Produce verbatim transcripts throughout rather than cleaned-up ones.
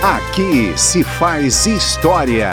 Aqui se faz história.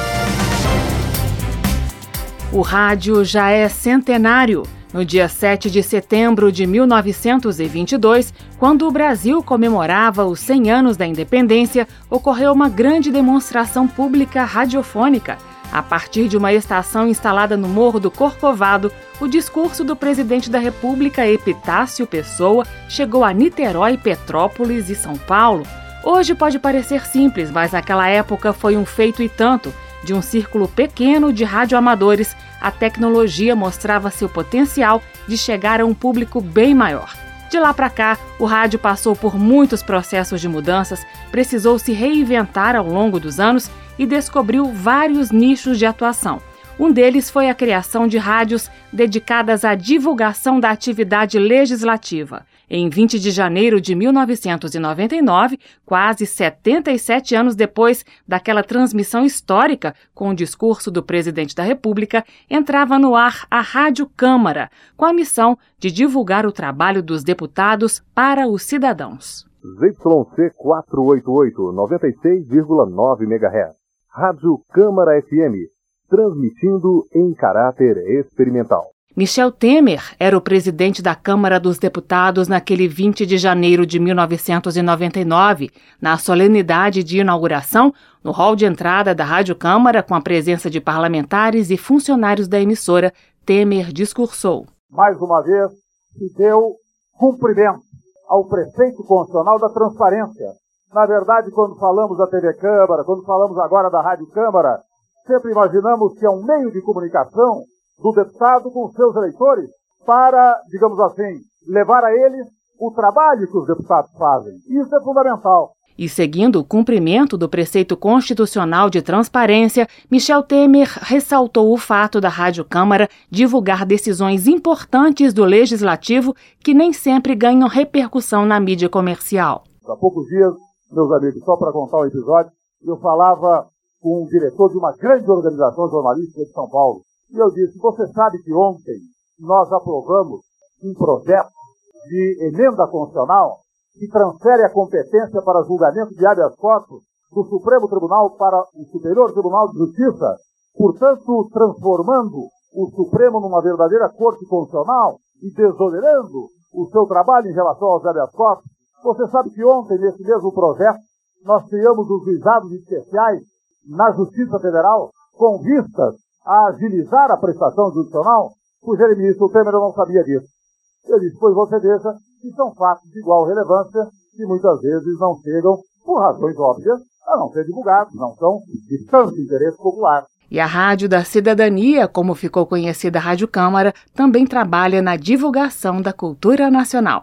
O rádio já é centenário. No dia sete de setembro de mil novecentos e vinte e dois, quando o Brasil comemorava os cem anos da independência, ocorreu uma grande demonstração pública radiofônica. A partir de uma estação instalada no Morro do Corcovado, o discurso do presidente da República, Epitácio Pessoa, chegou a Niterói, Petrópolis e São Paulo. Hoje pode parecer simples, mas naquela época foi um feito e tanto. De um círculo pequeno de radioamadores, a tecnologia mostrava seu potencial de chegar a um público bem maior. De lá para cá, o rádio passou por muitos processos de mudanças, precisou se reinventar ao longo dos anos e descobriu vários nichos de atuação. Um deles foi a criação de rádios dedicadas à divulgação da atividade legislativa. Em vinte de janeiro de mil novecentos e noventa e nove, quase setenta e sete anos depois daquela transmissão histórica com o discurso do presidente da República, entrava no ar a Rádio Câmara, com a missão de divulgar o trabalho dos deputados para os cidadãos. Z Y C quatrocentos e oitenta e oito, noventa e seis vírgula nove megahertz. Rádio Câmara F M, transmitindo em caráter experimental. Michel Temer era o presidente da Câmara dos Deputados naquele vinte de janeiro de mil novecentos e noventa e nove. Na solenidade de inauguração, no hall de entrada da Rádio Câmara, com a presença de parlamentares e funcionários da emissora, Temer discursou. Mais uma vez, se deu cumprimento ao preceito constitucional da transparência. Na verdade, quando falamos da T V Câmara, quando falamos agora da Rádio Câmara, sempre imaginamos que é um meio de comunicação do deputado com seus eleitores para, digamos assim, levar a eles o trabalho que os deputados fazem. Isso é fundamental. E seguindo o cumprimento do preceito constitucional de transparência, Michel Temer ressaltou o fato da Rádio Câmara divulgar decisões importantes do Legislativo que nem sempre ganham repercussão na mídia comercial. Há poucos dias, meus amigos, só para contar um episódio, eu falava com um diretor de uma grande organização jornalística de São Paulo. E eu disse, você sabe que ontem nós aprovamos um projeto de emenda constitucional que transfere a competência para julgamento de habeas corpus do Supremo Tribunal para o Superior Tribunal de Justiça, portanto transformando o Supremo numa verdadeira corte constitucional e desonerando o seu trabalho em relação aos habeas corpus. Você sabe que ontem, nesse mesmo projeto, nós criamos os juizados especiais na Justiça Federal com vistas a agilizar a prestação judicial? Pois ele me disse, o Temer, eu não sabia disso. Eu disse, pois você veja que são fatos de igual relevância que muitas vezes não chegam, por razões óbvias, a não ser divulgados, não são de tanto interesse popular. E a Rádio da Cidadania, como ficou conhecida a Rádio Câmara, também trabalha na divulgação da cultura nacional.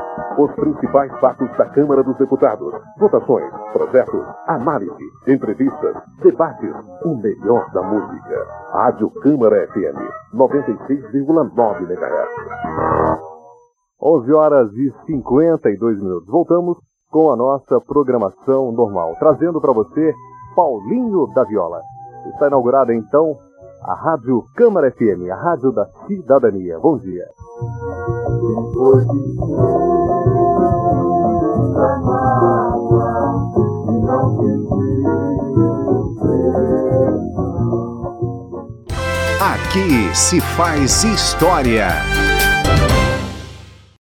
Os principais fatos da Câmara dos Deputados, votações, projetos, análise, entrevistas, debates, o melhor da música. Rádio Câmara F M, noventa e seis vírgula nove megahertz. onze horas e cinquenta e dois minutos. Voltamos com a nossa programação normal, trazendo para você Paulinho da Viola. Está inaugurada então a Rádio Câmara F M, a Rádio da Cidadania. Bom dia. Aqui se faz história.